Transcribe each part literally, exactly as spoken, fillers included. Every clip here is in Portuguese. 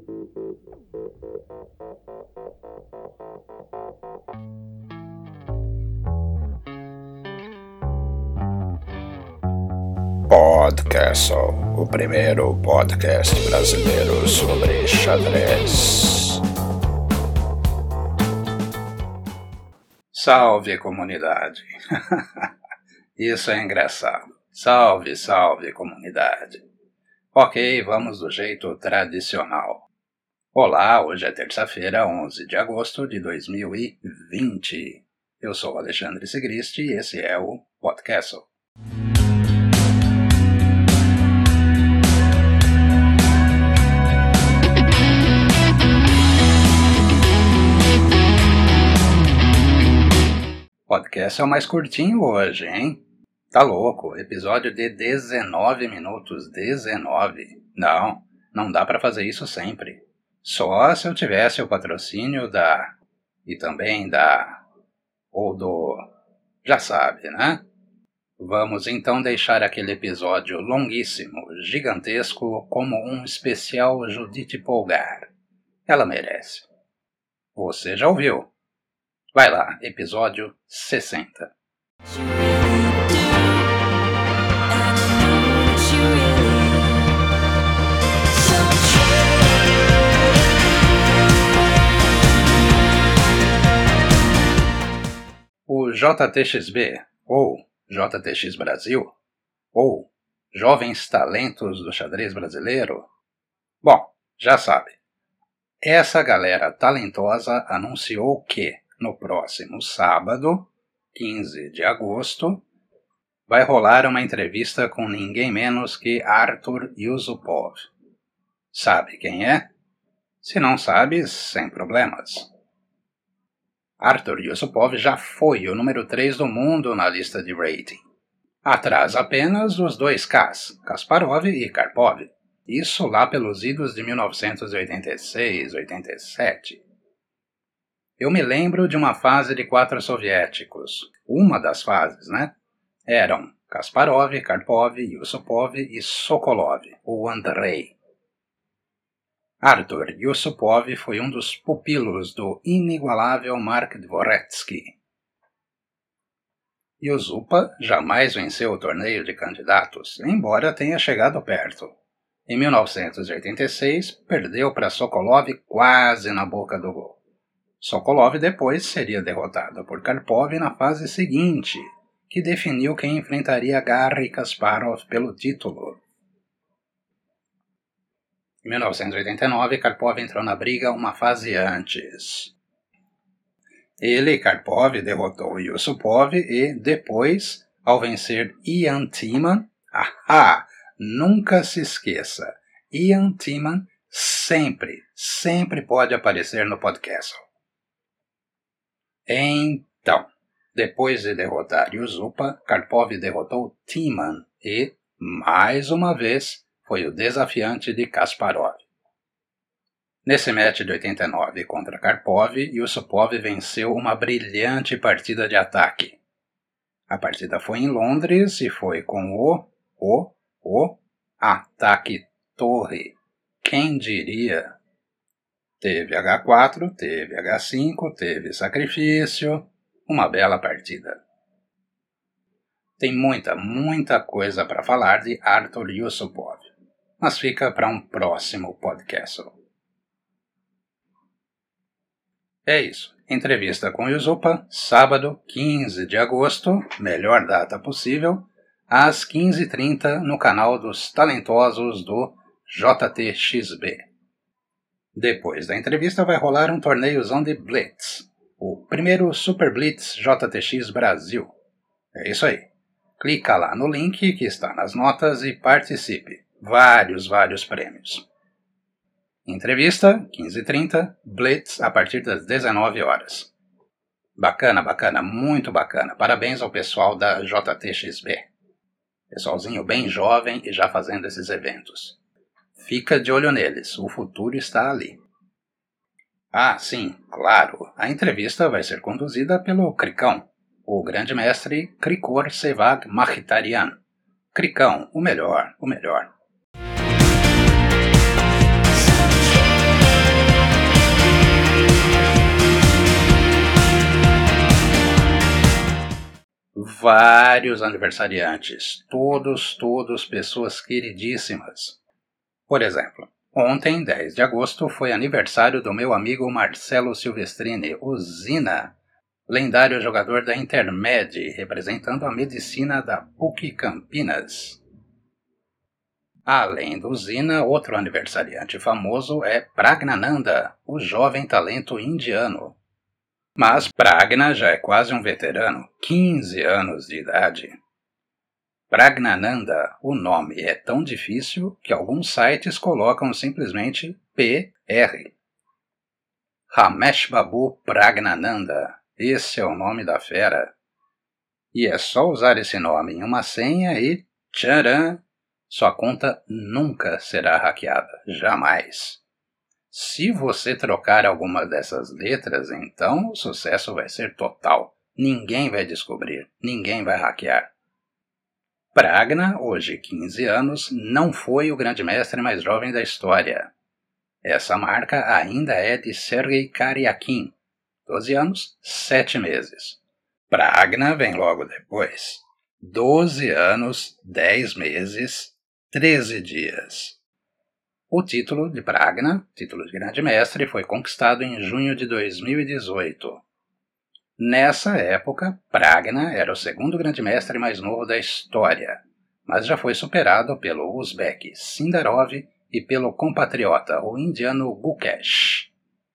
Podcastle, o primeiro podcast brasileiro sobre xadrez. Salve, comunidade! Isso é engraçado. Salve, salve, comunidade! Ok, vamos do jeito tradicional. Olá, hoje é terça-feira, onze de agosto de dois mil e vinte. Eu sou Alexandre Sigrist e esse é o Podcastle. Podcast é o mais curtinho hoje, hein? Tá louco, episódio de dezenove minutos, dezenove. Não, não dá pra fazer isso sempre. Só se eu tivesse o patrocínio da... e também da... ou do... já sabe, né? Vamos então deixar aquele episódio longuíssimo, gigantesco, como um especial Judite Polgar. Ela merece. Você já ouviu? Vai lá, episódio sessenta. O J T X B, ou J T X Brasil, ou Jovens Talentos do Xadrez Brasileiro. Bom, já sabe. Essa galera talentosa anunciou que no próximo sábado, quinze de agosto, vai rolar uma entrevista com ninguém menos que Artur Yusupov. Sabe quem é? Se não sabe, sem problemas. Artur Yusupov já foi o número três do mundo na lista de rating. Atrás apenas os dois Ks, Kasparov e Karpov. Isso lá pelos idos de mil novecentos e oitenta e seis, oitenta e sete. Eu me lembro de uma fase de quatro soviéticos. Uma das fases, né? Eram Kasparov, Karpov, Yusupov e Sokolov, ou Andrei. Artur Yusupov foi um dos pupilos do inigualável Mark Dvoretsky. Yusupa jamais venceu o torneio de candidatos, embora tenha chegado perto. Em mil novecentos e oitenta e seis, perdeu para Sokolov quase na boca do gol. Sokolov depois seria derrotado por Karpov na fase seguinte, que definiu quem enfrentaria Garry Kasparov pelo título. Em mil novecentos e oitenta e nove, Karpov entrou na briga uma fase antes. Ele, Karpov, derrotou Yusupov e, depois, ao vencer Ian Thiemann, ahá, nunca se esqueça, Ian Thiemann sempre, sempre pode aparecer no podcast. Então, depois de derrotar Yusupa, Karpov derrotou Thiemann e, mais uma vez, foi o desafiante de Kasparov. Nesse match de oitenta e nove contra Karpov, Yusupov venceu uma brilhante partida de ataque. A partida foi em Londres e foi com o, o, o ataque torre. Quem diria? Teve agá quatro, teve agá cinco, teve sacrifício, uma bela partida. Tem muita, muita coisa para falar de Artur Yusupov, mas fica para um próximo podcast. É isso, entrevista com Yusupa, sábado, quinze de agosto, melhor data possível, às quinze e trinta no canal dos talentosos do J T X B. Depois da entrevista vai rolar um torneiozão de Blitz, o primeiro Super Blitz J T X Brasil. É isso aí. Clica lá no link que está nas notas e participe. Vários, vários prêmios. Entrevista, quinze e trinta, Blitz a partir das dezenove horas. Bacana, bacana, muito bacana. Parabéns ao pessoal da J T X B. Pessoalzinho bem jovem e já fazendo esses eventos. Fica de olho neles, o futuro está ali. Ah, sim, claro, a entrevista vai ser conduzida pelo Krikão, o grande mestre Krikor Sevag Makhtarian. Krikão, o melhor, o melhor. vários aniversariantes, todos, todos pessoas queridíssimas. Por exemplo, ontem, dez de agosto, foi aniversário do meu amigo Marcelo Silvestrini, o Zina, lendário jogador da Intermed, representando a medicina da P U C Campinas. Além do Zina, outro aniversariante famoso é Praggnanandha, o jovem talento indiano. Mas Pragna já é quase um veterano, quinze anos de idade. Praggnanandha, o nome é tão difícil que alguns sites colocam simplesmente P R. Ramesh Babu Praggnanandha, esse é o nome da fera. E é só usar esse nome em uma senha e, tcharam, sua conta nunca será hackeada, jamais. Se você trocar alguma dessas letras, então o sucesso vai ser total. Ninguém vai descobrir, ninguém vai hackear. Pragna, hoje quinze anos, não foi o grande mestre mais jovem da história. Essa marca ainda é de Sergei Karyakin, doze anos, sete meses. Pragna vem logo depois, doze anos, dez meses, treze dias. O título de Pragna, título de grande mestre, foi conquistado em junho de dois mil e dezoito. Nessa época, Pragna era o segundo grande mestre mais novo da história, mas já foi superado pelo uzbek Sindarov e pelo compatriota, o indiano Gukesh.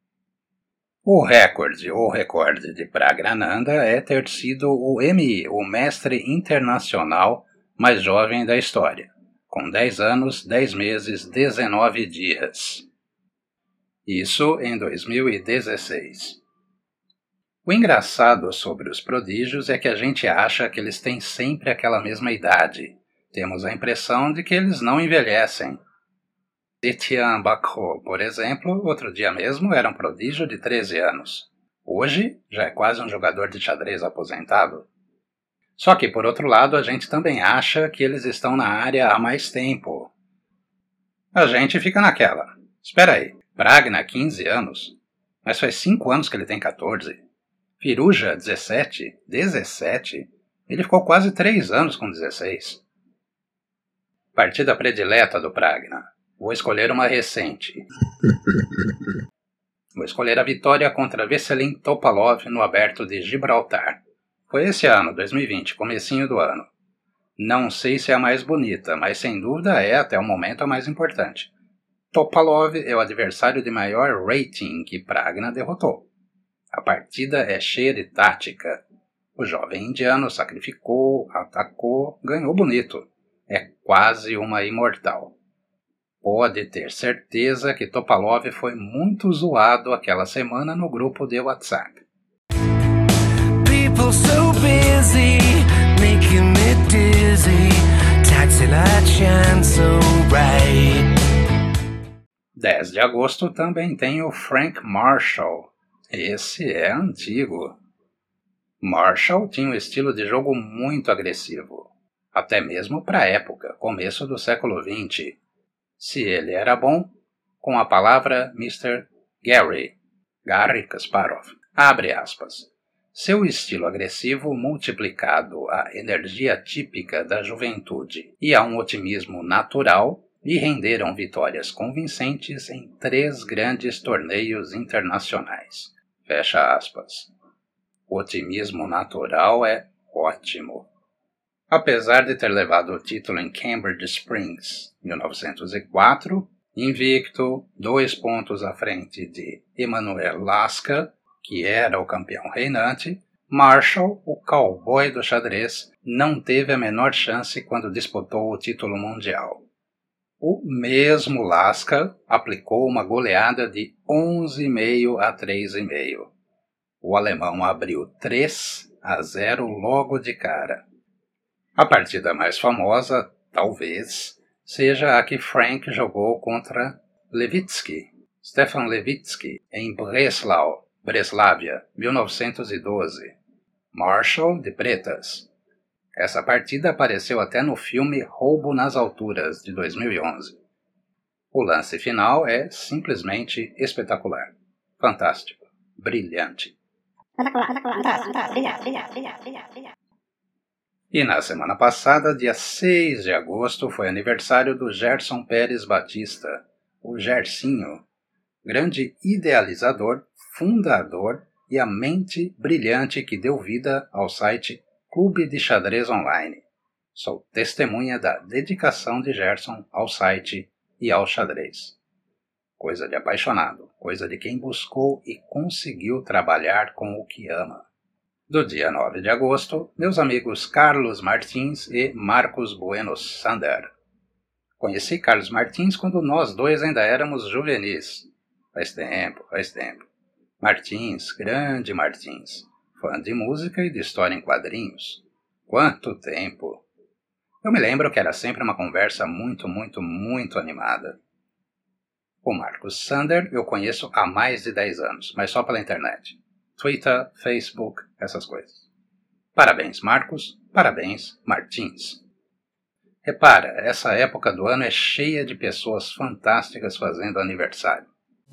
O recorde ou recorde de Praggnanandha é ter sido o M I, o mestre internacional mais jovem da história, com dez anos, dez meses, dezenove dias. Isso em dois mil e dezesseis. O engraçado sobre os prodígios é que a gente acha que eles têm sempre aquela mesma idade. Temos a impressão de que eles não envelhecem. Etienne Bacot, por exemplo, outro dia mesmo era um prodígio de treze anos. Hoje já é quase um jogador de xadrez aposentado. Só que, por outro lado, a gente também acha que eles estão na área há mais tempo. A gente fica naquela. Espera aí, Pragna, quinze anos? Mas faz cinco anos que ele tem catorze. Firuja, dezessete? dezessete? Ele ficou quase três anos com dezesseis. Partida predileta do Pragna. Vou escolher uma recente. Vou escolher a vitória contra Veselin Topalov no Aberto de Gibraltar. Foi esse ano, dois mil e vinte, comecinho do ano. Não sei se é a mais bonita, mas sem dúvida é até o momento a mais importante. Topalov é o adversário de maior rating que Pragna derrotou. A partida é cheia de tática. O jovem indiano sacrificou, atacou, ganhou bonito. É quase uma imortal. Pode ter certeza que Topalov foi muito zoado aquela semana no grupo de WhatsApp. People so busy, making me dizzy, taxi light shine so bright. dez de agosto também tem o Frank Marshall. Esse é antigo. Marshall tinha um estilo de jogo muito agressivo, até mesmo para a época, começo do século vinte. Se ele era bom, com a palavra mister Gary, Garry Kasparov, abre aspas. Seu estilo agressivo multiplicado à energia típica da juventude e a um otimismo natural lhe renderam vitórias convincentes em três grandes torneios internacionais. Fecha aspas. O otimismo natural é ótimo. Apesar de ter levado o título em Cambridge Springs, mil novecentos e quatro, invicto, dois pontos à frente de Emanuel Laska, que era o campeão reinante, Marshall, o cowboy do xadrez, não teve a menor chance quando disputou o título mundial. O mesmo Laska aplicou uma goleada de onze vírgula cinco a três vírgula cinco. O alemão abriu três a zero logo de cara. A partida mais famosa, talvez, seja a que Frank jogou contra Levitsky, Stefan Levitsky, em Breslau, Breslávia, mil novecentos e doze. Marshall de pretas. Essa partida apareceu até no filme Roubo nas Alturas, de dois mil e onze. O lance final é simplesmente espetacular. Fantástico. Brilhante. E na semana passada, dia seis de agosto, foi aniversário do Gerson Pérez Batista, o Gersinho, grande idealizador, fundador e a mente brilhante que deu vida ao site Clube de Xadrez Online. Sou testemunha da dedicação de Gerson ao site e ao xadrez. Coisa de apaixonado, coisa de quem buscou e conseguiu trabalhar com o que ama. Do dia nove de agosto, meus amigos Carlos Martins e Marcos Bueno Sander. Conheci Carlos Martins quando nós dois ainda éramos juvenis. Faz tempo, faz tempo. Martins, grande Martins, fã de música e de história em quadrinhos. Quanto tempo! Eu me lembro que era sempre uma conversa muito, muito, muito animada. O Marcos Sander eu conheço há mais de dez anos, mas só pela internet. Twitter, Facebook, essas coisas. Parabéns, Marcos. Parabéns, Martins. Repara, essa época do ano é cheia de pessoas fantásticas fazendo aniversário.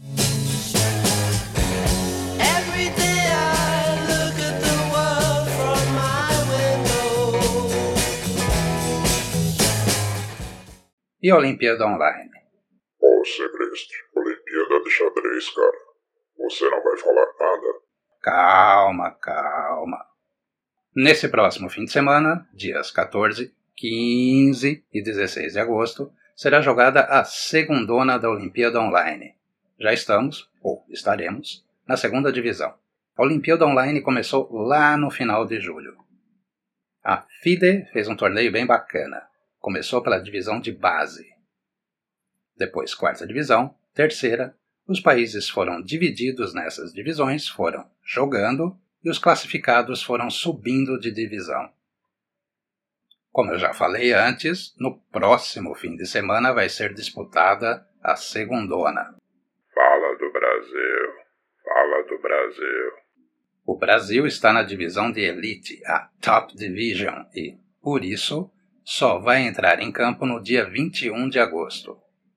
E a Olimpíada Online? Ô, Sebrestre, Olimpíada de xadrez, cara. Você não vai falar nada? Calma, calma. Nesse próximo fim de semana, dias quatorze, quinze e dezesseis de agosto, será jogada a segundona da Olimpíada Online. Já estamos, ou estaremos, na segunda divisão. A Olimpíada Online começou lá no final de julho. A F I D E fez um torneio bem bacana. Começou pela divisão de base. Depois quarta divisão, terceira. Os países foram divididos nessas divisões, foram jogando e os classificados foram subindo de divisão. Como eu já falei antes, no próximo fim de semana vai ser disputada a segundona. Fala do Brasil, fala do Brasil. O Brasil está na divisão de Elite, a Top Division, e, por isso, só vai entrar em campo no dia vinte e um de agosto.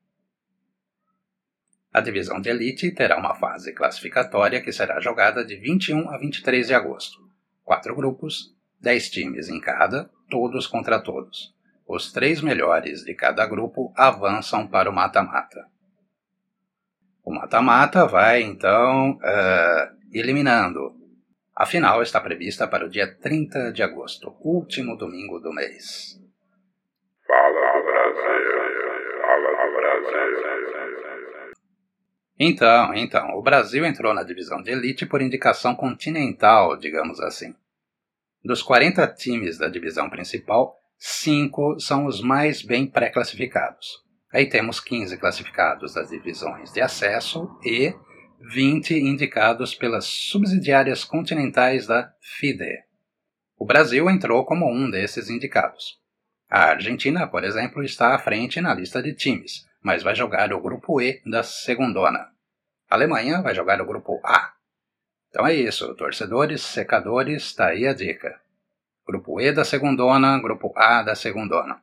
A divisão de Elite terá uma fase classificatória que será jogada de vinte e um a vinte e três de agosto. Quatro grupos, dez times em cada, todos contra todos. Os três melhores de cada grupo avançam para o mata-mata. O mata-mata vai, então, uh, eliminando. A final está prevista para o dia trinta de agosto, último domingo do mês. Fala do Brasil, fala do Brasil. Então, então, o Brasil entrou na divisão de elite por indicação continental, digamos assim. Dos quarenta times da divisão principal, cinco são os mais bem pré-classificados. Aí temos quinze classificados das divisões de acesso e vinte indicados pelas subsidiárias continentais da F I D E. O Brasil entrou como um desses indicados. A Argentina, por exemplo, está à frente na lista de times, mas vai jogar o grupo E da segundona. A Alemanha vai jogar o grupo A. Então é isso, torcedores, secadores, está aí a dica. Grupo E da segundona, grupo A da segundona.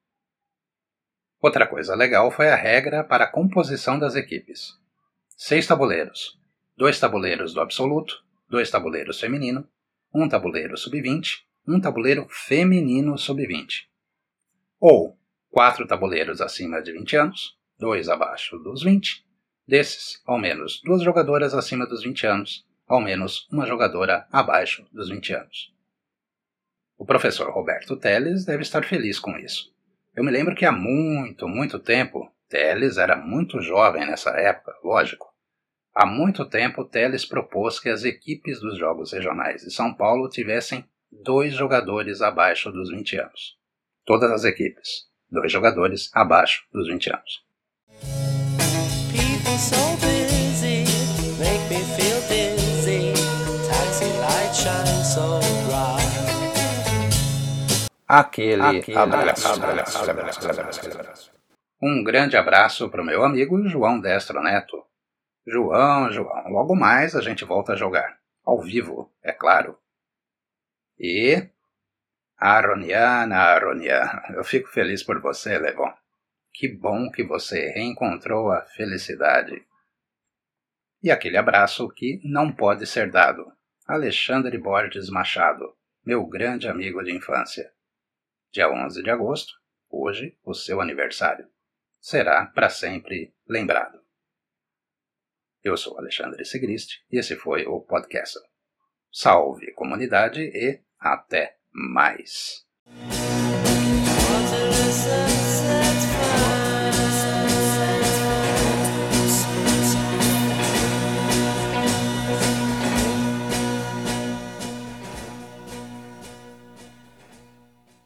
Outra coisa legal foi a regra para a composição das equipes. Seis tabuleiros, dois tabuleiros do absoluto, dois tabuleiros feminino, um tabuleiro sub vinte, um tabuleiro feminino sub vinte. Ou quatro tabuleiros acima de vinte anos, dois abaixo dos vinte, desses, ao menos duas jogadoras acima dos vinte anos, ao menos uma jogadora abaixo dos vinte anos. O professor Roberto Teles deve estar feliz com isso. Eu me lembro que há muito, muito tempo, Teles era muito jovem nessa época, lógico. Há muito tempo, Teles propôs que as equipes dos Jogos Regionais de São Paulo tivessem dois jogadores abaixo dos vinte anos. Todas as equipes, dois jogadores abaixo dos vinte anos. People so busy, make me feel dizzy. Taxi light shine so bright. Aquele, Aquele abraço. abraço, abraço, abraço, abraço. Um grande abraço para o meu amigo João Destro Neto. João, João, logo mais a gente volta a jogar. Ao vivo, é claro. E... Aroniana, Aroniana, eu fico feliz por você, Levon. Que bom que você reencontrou a felicidade. E aquele abraço que não pode ser dado. Alexandre Borges Machado, meu grande amigo de infância. dia onze de agosto, hoje o seu aniversário. Será para sempre lembrado. Eu sou Alexandre Sigrist e esse foi o podcast. Salve comunidade e até mais!